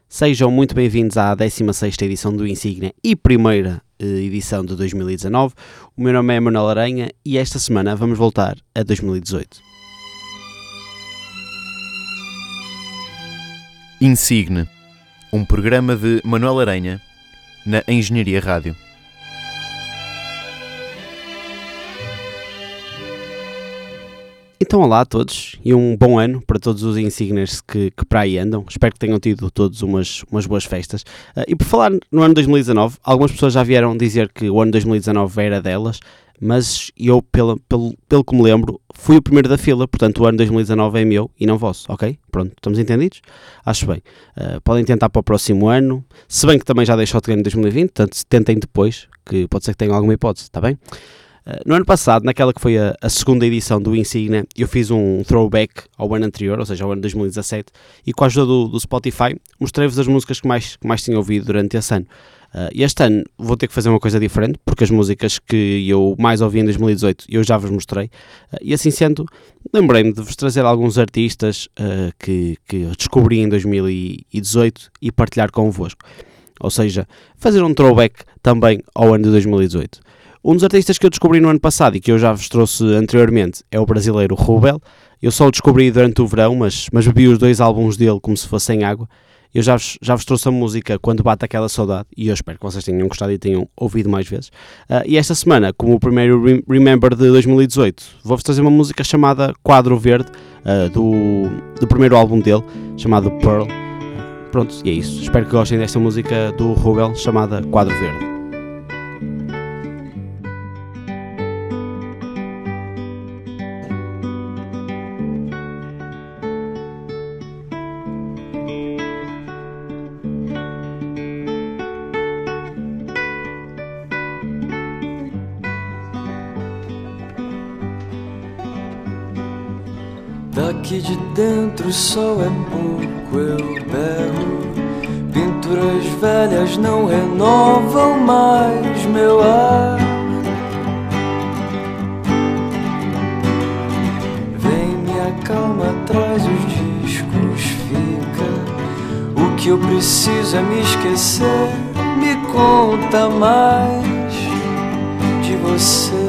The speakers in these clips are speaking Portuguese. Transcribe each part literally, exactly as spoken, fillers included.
Sejam muito bem-vindos à décima sexta edição do Insígnia e primeira eh, edição de dois mil e dezanove. O meu nome é Manuel Aranha e esta semana vamos voltar a dois mil e dezoito. Insigne, um programa de Manuel Aranha na Engenharia Rádio. Então olá a todos e um bom ano para todos os insigners que, que para aí andam. Espero que tenham tido todos umas, umas boas festas. Uh, e por falar no ano dois mil e dezanove, algumas pessoas já vieram dizer que o ano dois mil e dezanove era delas, mas eu, pela, pelo, pelo que me lembro, fui o primeiro da fila, portanto o ano dois mil e dezanove é meu e não vosso, ok? Pronto, estamos entendidos? Acho bem. Uh, podem tentar para o próximo ano, se bem que também já deixou de ganhar em dois mil e vinte, portanto tentem depois, que pode ser que tenham alguma hipótese, está bem? No ano passado, naquela que foi a, a segunda edição do Insignia, eu fiz um throwback ao ano anterior, ou seja, ao ano dois mil e dezassete, e com a ajuda do, do Spotify mostrei-vos as músicas que mais, que mais tinha ouvido durante esse ano. Uh, e este ano vou ter que fazer uma coisa diferente, porque as músicas que eu mais ouvi em dois mil e dezoito eu já vos mostrei, uh, e assim sendo, lembrei-me de vos trazer alguns artistas uh, que, que descobri em dois mil e dezoito e partilhar convosco. Ou seja, fazer um throwback também ao ano de dois mil e dezoito. Um dos artistas que eu descobri no ano passado e que eu já vos trouxe anteriormente é o brasileiro Rubel. Eu só o descobri durante o verão, mas, mas bebi os dois álbuns dele como se fossem água. Eu já vos, já vos trouxe a música Quando Bate Aquela Saudade e eu espero que vocês tenham gostado e tenham ouvido mais vezes. Uh, e esta semana, como o primeiro Re- Remember de dois mil e dezoito, vou-vos trazer uma música chamada Quadro Verde, uh, do, do primeiro álbum dele, chamado Pearl. Uh, pronto, e é isso. Espero que gostem desta música do Rubel, chamada Quadro Verde. Daqui de dentro o sol é pouco, eu berro. Pinturas velhas não renovam mais meu ar. Vem, me acalma, traz os discos, fica. O que eu preciso é me esquecer. Me conta mais de você.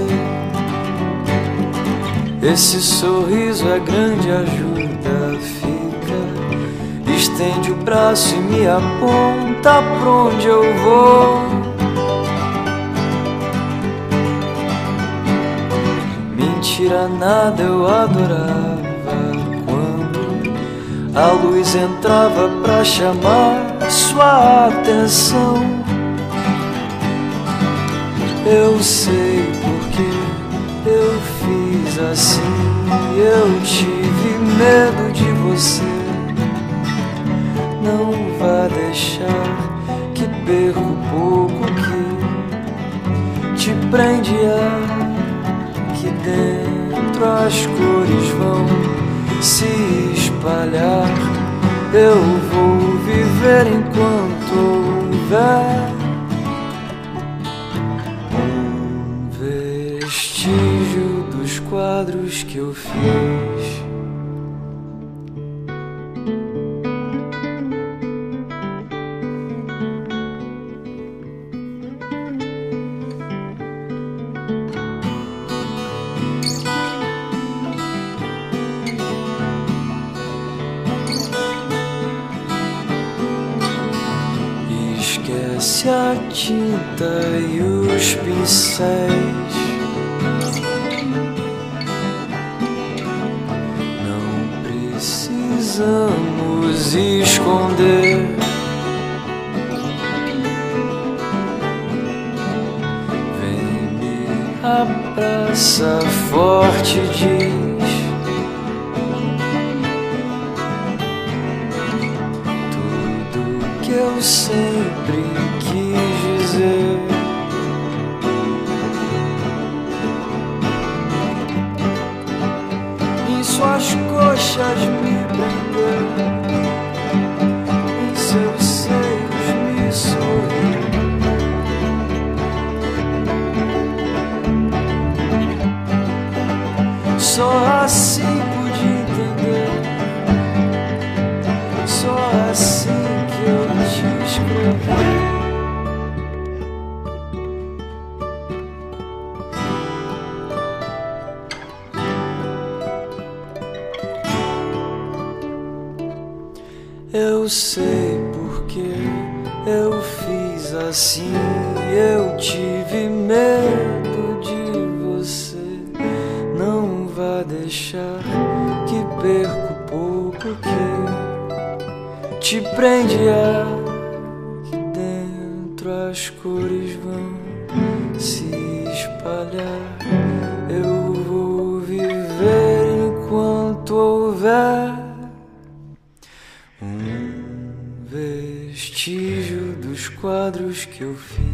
Esse sorriso é grande ajuda, fica. Estende o braço e me aponta pra onde eu vou. Mentira nada, eu adorava quando a luz entrava pra chamar sua atenção. Eu sei porque eu fiz assim, eu tive medo de você. Não vá deixar que perca o pouco que te prende aqui dentro. As cores vão se espalhar. Eu vou viver enquanto houver vestígio dos quadros que eu fiz. Esquece a tinta e os pincéis. Precisamos esconder. Vem, me abraça forte, diz tudo que eu sempre quis dizer. Em suas coxas me prender, em seus seios me sorrir. Só assim pude entender, só assim que eu sei porque eu fiz assim. Eu tive medo de você. Não vá deixar que perco o pouco que te prende aqui dentro. As cores vão se espalhar. Eu vou viver enquanto houver um vestígio dos quadros que eu fiz.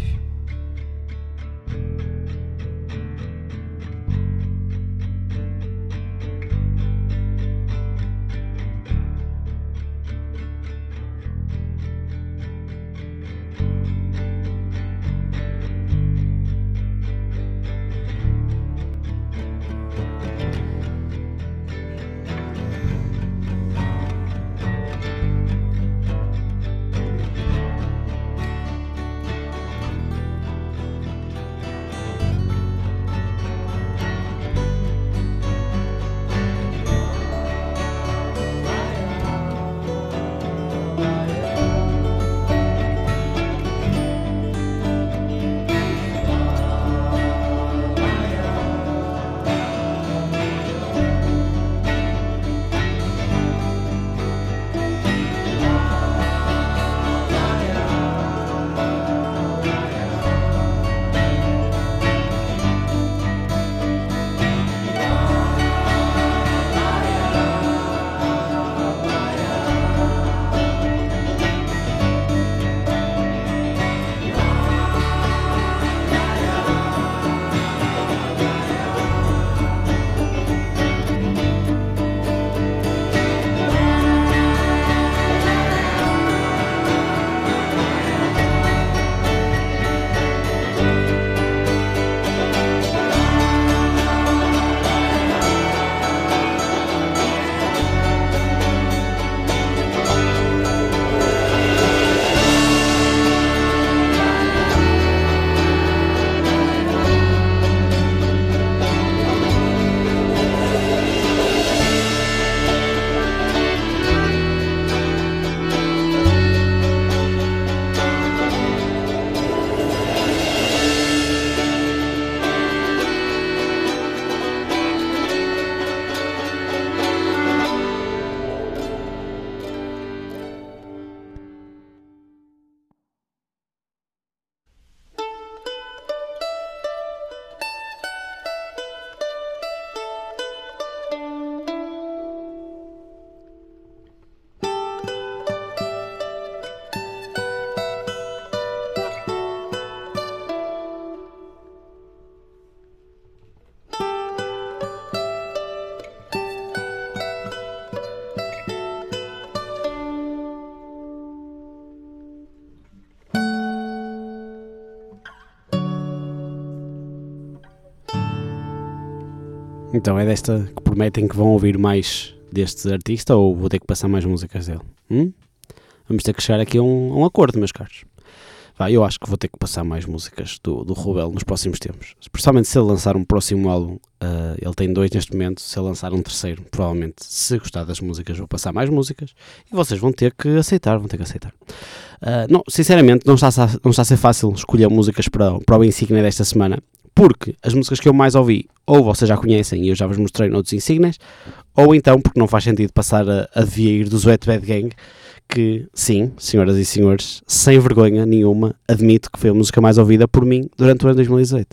Então é desta que prometem que vão ouvir mais deste artista, ou vou ter que passar mais músicas dele? Hum? Vamos ter que chegar aqui a um, a um acordo, meus caros. Vai, eu acho que vou ter que passar mais músicas do, do Rubel nos próximos tempos. Especialmente se ele lançar um próximo álbum, uh, ele tem dois neste momento, se ele lançar um terceiro, provavelmente, se gostar das músicas, vou passar mais músicas e vocês vão ter que aceitar, vão ter que aceitar. Uh, não, sinceramente, não está, não está a ser fácil escolher músicas para, para o Insígnia desta semana, porque as músicas que eu mais ouvi, ou vocês já conhecem e eu já vos mostrei noutros Insígnias, ou então porque não faz sentido passar a, a devia dos Wet Bad Gang, que sim, senhoras e senhores, sem vergonha nenhuma, admito que foi a música mais ouvida por mim durante o ano dois mil e dezoito.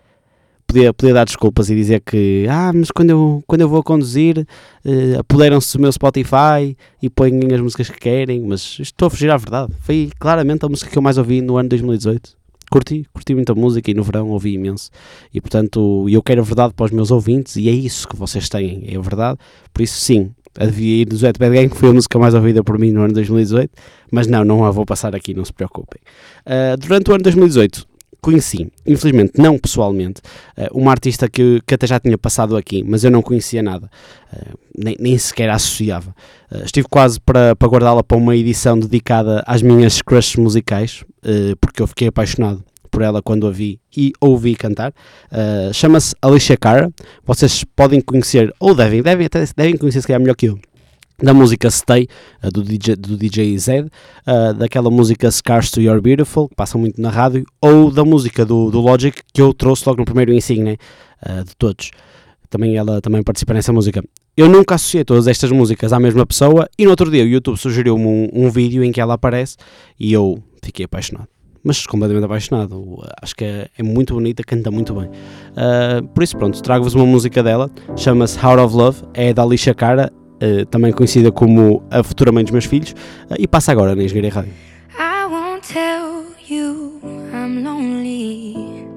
Podia, podia dar desculpas e dizer que, ah, mas quando eu, quando eu vou conduzir, uh, apoderam-se do meu Spotify e põem as músicas que querem, mas estou a fugir à verdade. Foi claramente a música que eu mais ouvi no ano dois mil e dezoito. Curti, curti muita música e no verão ouvi imenso. E portanto, eu quero a verdade para os meus ouvintes e é isso que vocês têm, é a verdade. Por isso, sim, a devia ir do Wet Bad Gang, que foi a música mais ouvida por mim no ano dois mil e dezoito, mas não, não a vou passar aqui, não se preocupem. Uh, durante o ano dois mil e dezoito, conheci, infelizmente não pessoalmente, uh, uma artista que, que até já tinha passado aqui, mas eu não conhecia nada, uh, nem, nem sequer a associava. Uh, estive quase para, para guardá-la para uma edição dedicada às minhas crushes musicais, uh, porque eu fiquei apaixonado por ela quando a vi e ouvi cantar. Uh, chama-se Alicia Cara. Vocês podem conhecer, ou devem, devem, até devem conhecer se calhar melhor que eu, da música Stay, uh, do, D J, do D J Zed, uh, daquela música Scars to You're Beautiful, que passa muito na rádio, ou da música do, do Logic, que eu trouxe logo no primeiro Insigne uh, de todos. Também ela também participa nessa música. Eu nunca associei todas estas músicas à mesma pessoa, e no outro dia o YouTube sugeriu-me um, um vídeo em que ela aparece, e eu fiquei apaixonado. Mas completamente apaixonado. Acho que é, é muito bonita, canta muito bem. Uh, por isso, pronto, trago-vos uma música dela, chama-se Out of Love, é da Alicia Cara, uh, também conhecida como a futura mãe dos meus filhos, uh, e passa agora na Engenharia Rádio. I won't tell you I'm lonely,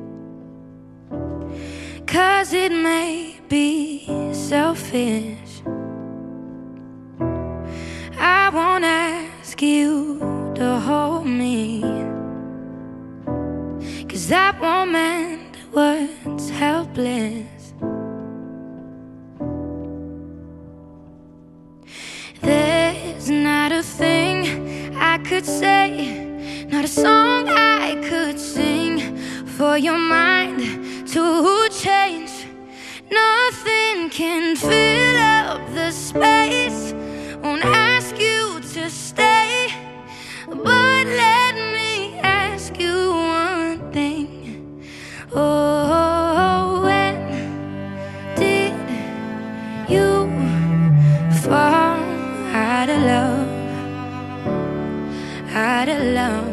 'cause it may be selfish. I won't ask you to hold me, 'cause that won't mend what's helpless. There's not a thing I could say, not a song I could sing for your mind to change. Nothing can fill up the space. Won't ask you to stay, but let me ask you one thing. Oh, when did you fall out of love? Out of love.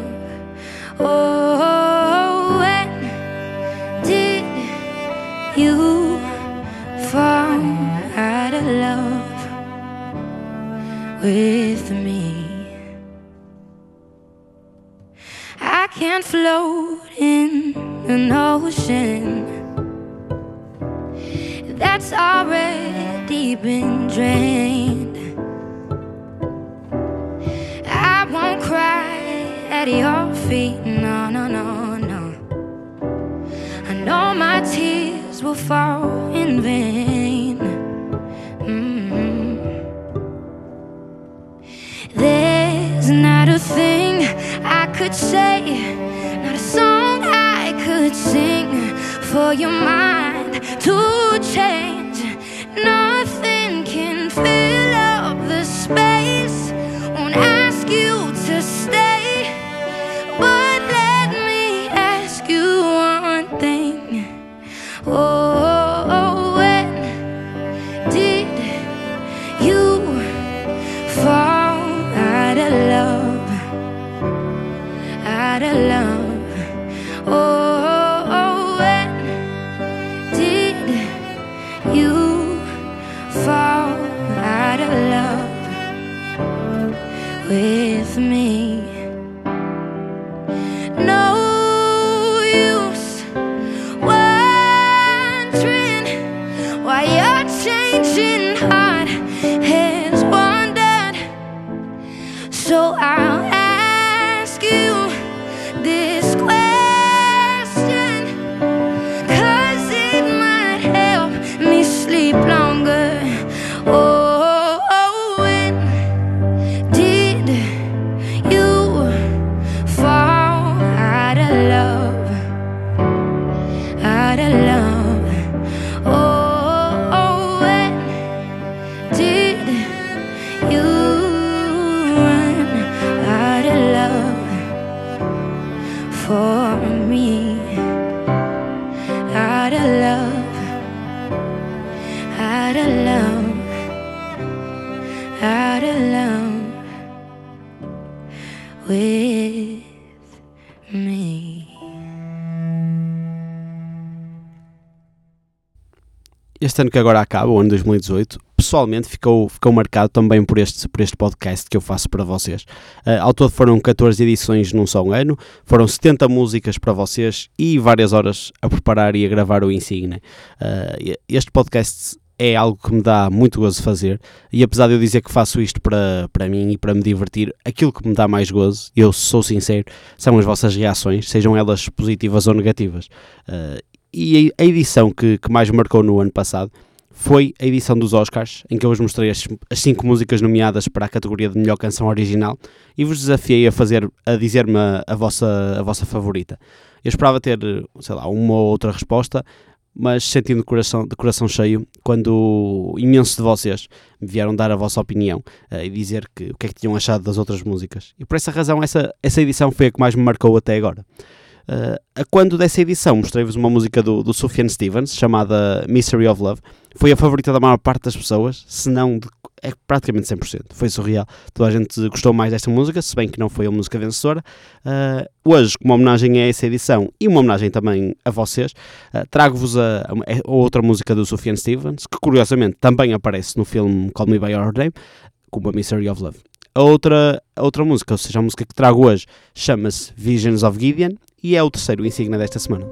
Oh, when did you fall out of love with me? I can't float in an ocean that's already been drained. I won't cry at your feet, no, no, no, no. I know my tears will fall in vain. Mm-hmm. There's not a thing I could say, not a song I could sing for your mind to change. Nothing can fill up the space. Won't ask you to stay, but let me ask you one thing. Oh, when did you fall out of love? Out of love. Oh, when did you fall out of love with me? No use wondering why your changing heart has wandered. So I'll ask you this question, 'cause it might help me sleep longer. Oh, when did you fall out of love? Out of love. Oh, when did you run out of love for me? Out of love. Out of love. Out of love with me. Este ano que agora acaba, o ano dois mil e dezoito, pessoalmente ficou, ficou marcado também por este, por este podcast que eu faço para vocês. Uh, ao todo foram catorze edições num só ano, foram setenta músicas para vocês e várias horas a preparar e a gravar o Insigne. Uh, este podcast é algo que me dá muito gozo fazer, e apesar de eu dizer que faço isto para, para mim e para me divertir, aquilo que me dá mais gozo, eu sou sincero, são as vossas reações, sejam elas positivas ou negativas. Uh, e a edição que, que mais me marcou no ano passado foi a edição dos Oscars, em que eu vos mostrei as, as cinco músicas nomeadas para a categoria de melhor canção original e vos desafiei a, fazer, a dizer-me a, a, vossa, a vossa favorita. Eu esperava ter, sei lá, uma ou outra resposta, mas sentindo de coração, de coração cheio quando imensos de vocês me vieram dar a vossa opinião uh, e dizer que, o que é que tinham achado das outras músicas. E por essa razão essa, essa edição foi a que mais me marcou até agora. Uh, a quando dessa edição mostrei-vos uma música do, do Sufjan Stevens chamada Mystery of Love. Foi a favorita da maior parte das pessoas, se não de, é praticamente cem por cento. Foi surreal. Toda a gente gostou mais desta música, se bem que não foi a música vencedora. Uh, hoje, como homenagem a essa edição e uma homenagem também a vocês, uh, trago-vos a, a, a outra música do Sufjan Stevens, que curiosamente também aparece no filme Call Me By Your Name, como a Mystery of Love. A outra, a outra música, ou seja, a música que trago hoje, chama-se Visions of Gideon e é o terceiro insígnia desta semana.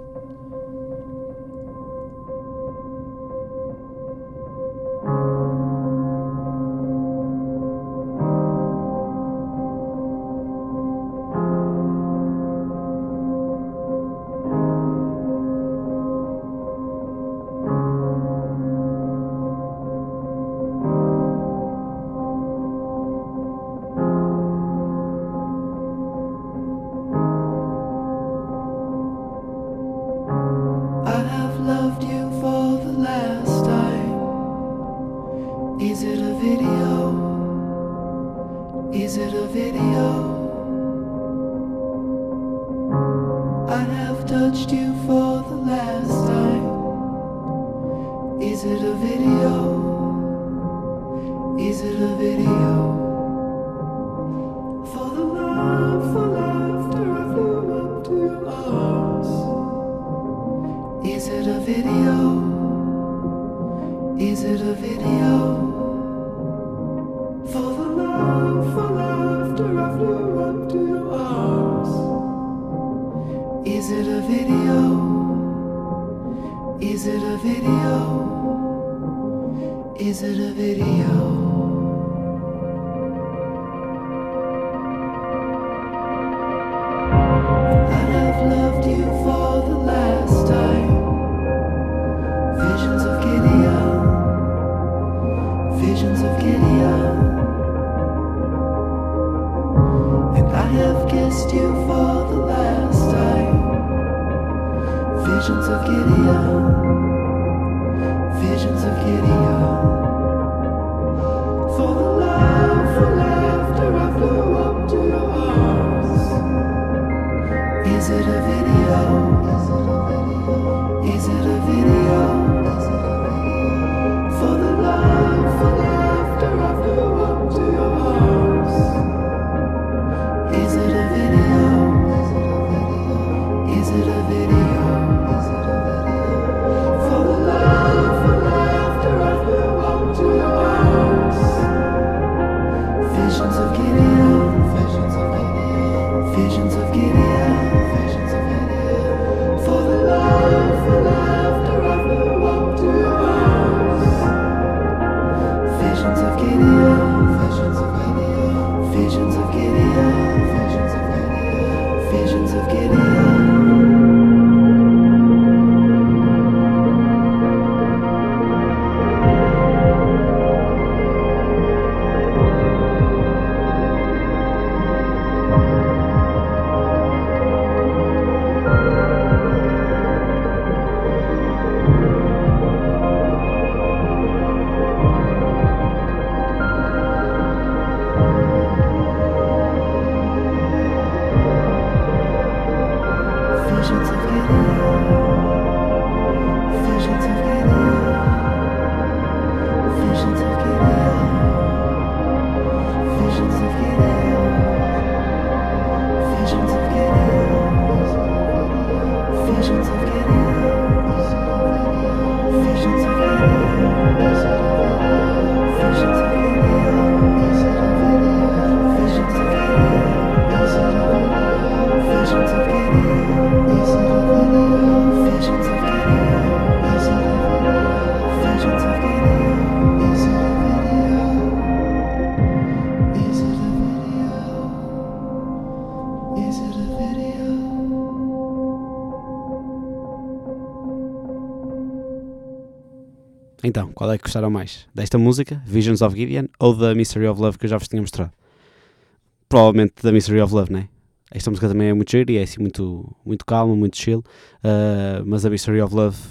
Então, qual é que gostaram mais? Desta música, Visions of Gideon, ou da Mystery of Love que eu já vos tinha mostrado? Provavelmente da Mystery of Love, não é? Esta música também é muito gira e é assim muito, muito calma, muito chill, uh, mas a Mystery of Love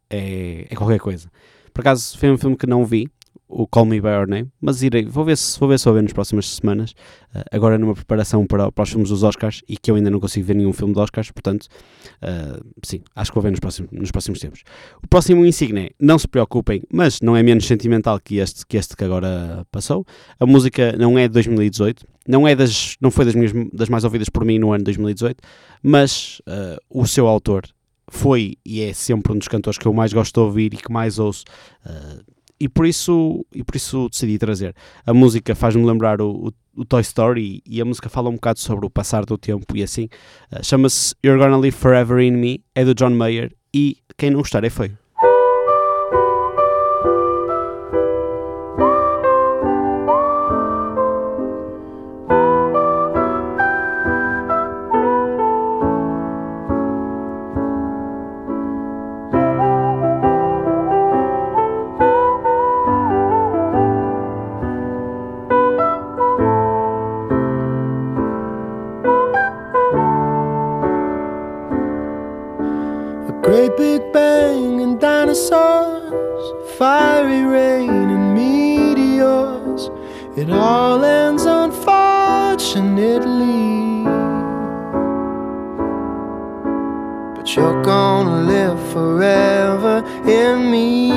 é, é qualquer coisa. Por acaso foi um filme que não vi, o Call Me By Your Name, mas irei, vou ver se vou ver se vou ver nas próximas semanas, uh, agora numa preparação para, para os filmes dos Oscars, e que eu ainda não consigo ver nenhum filme de Oscars, portanto, uh, sim, acho que vou ver nos próximos, nos próximos tempos. O próximo Insigne, não se preocupem, mas não é menos sentimental que este que, este que agora passou. A música não é de dois mil e dezoito, não, é das, não foi das, minhas, das mais ouvidas por mim no ano de dois mil e dezoito, mas uh, o seu autor foi e é sempre um dos cantores que eu mais gosto de ouvir e que mais ouço, uh, e, por isso, e por isso decidi trazer. A música faz-me lembrar o, o, o Toy Story, e a música fala um bocado sobre o passar do tempo e assim. Uh, chama-se You're Gonna Live Forever in Me, é do John Mayer, e quem não gostar é feio. Great big bang and dinosaurs, fiery rain and meteors. It all ends unfortunately, but you're gonna live forever in me,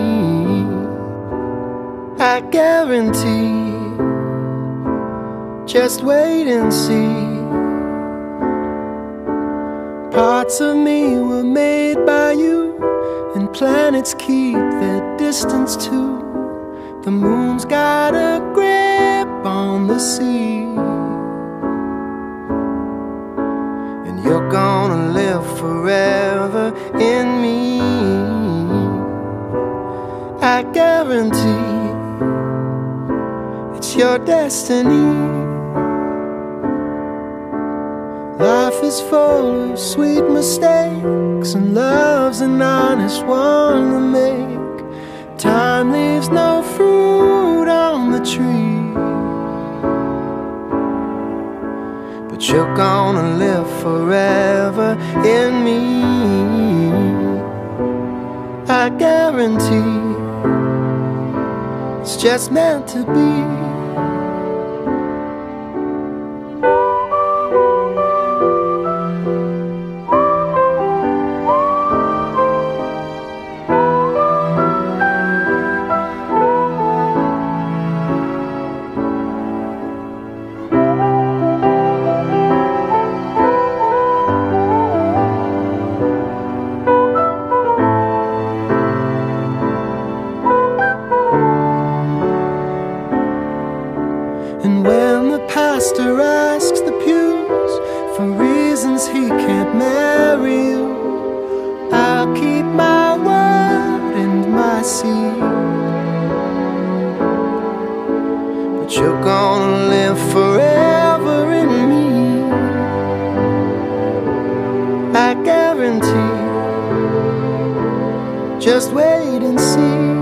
I guarantee. Just wait and see. Parts of me were made by you, and planets keep their distance too. The moon's got a grip on the sea, and you're gonna live forever in me, I guarantee. It's your destiny. Life is full of sweet mistakes, and love's an honest one to make. Time leaves no fruit on the tree, but you're gonna live forever in me, I guarantee. It's just meant to be. And when the pastor asks the pews for reasons he can't marry you, I'll keep my word and my seed, but you're gonna live forever in me, I guarantee. Just wait and see.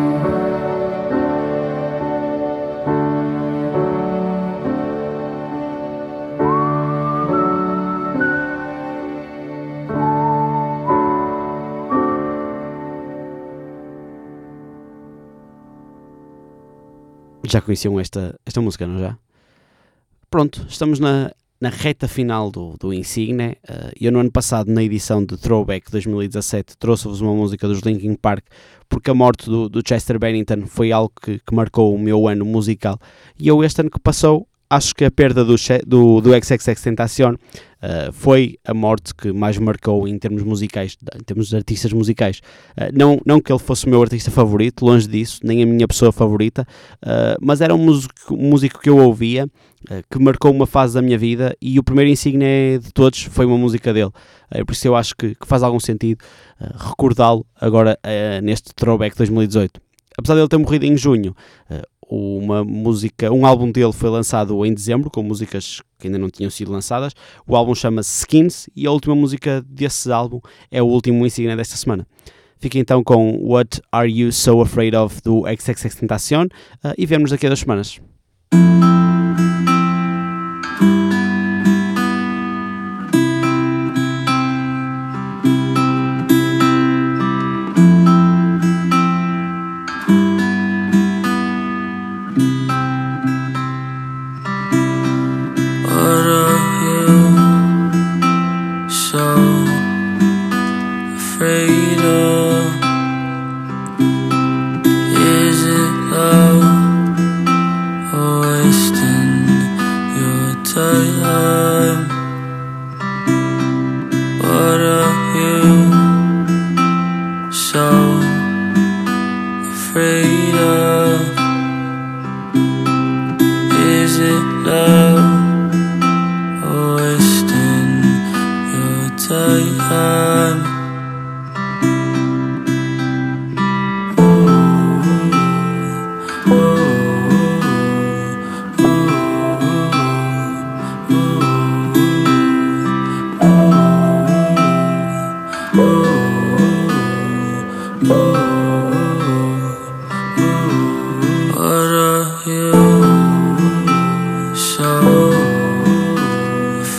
Já conheciam esta, esta música, não já? Pronto, estamos na, na reta final do, do Insigne. Uh, eu no ano passado, na edição de Throwback dois mil e dezassete, trouxe-vos uma música dos Linkin Park, porque a morte do, do Chester Bennington foi algo que, que marcou o meu ano musical. E eu, este ano que passou, acho que a perda do, do, do XXXTentacion uh, foi a morte que mais marcou em termos musicais, em termos de artistas musicais. Uh, não, não que ele fosse o meu artista favorito, longe disso, nem a minha pessoa favorita, uh, mas era um músico, um músico que eu ouvia, uh, que marcou uma fase da minha vida, e o primeiro Insigne de todos foi uma música dele. Uh, por isso eu acho que, que faz algum sentido uh, recordá-lo agora uh, neste Throwback dois mil e dezoito. Apesar de ele ter morrido em junho, uh, uma música, um álbum dele foi lançado em dezembro, com músicas que ainda não tinham sido lançadas. O álbum chama-se Skins, e a última música desse álbum é o último Insigne desta semana. Fica então com What Are You So Afraid Of do XXXTentacion, uh, e vemos daqui a duas semanas.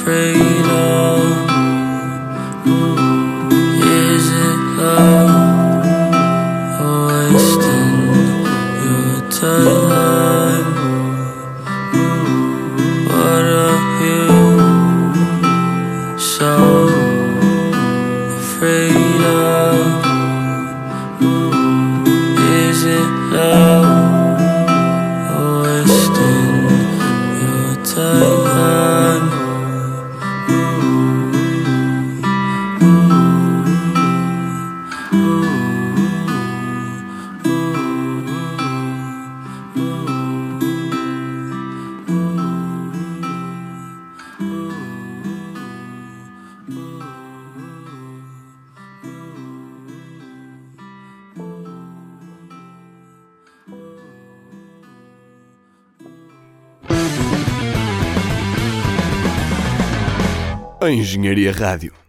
afraid of? Is it love or wasting your time? What are you so afraid of? Is it love or wasting your time? A Engenharia Rádio.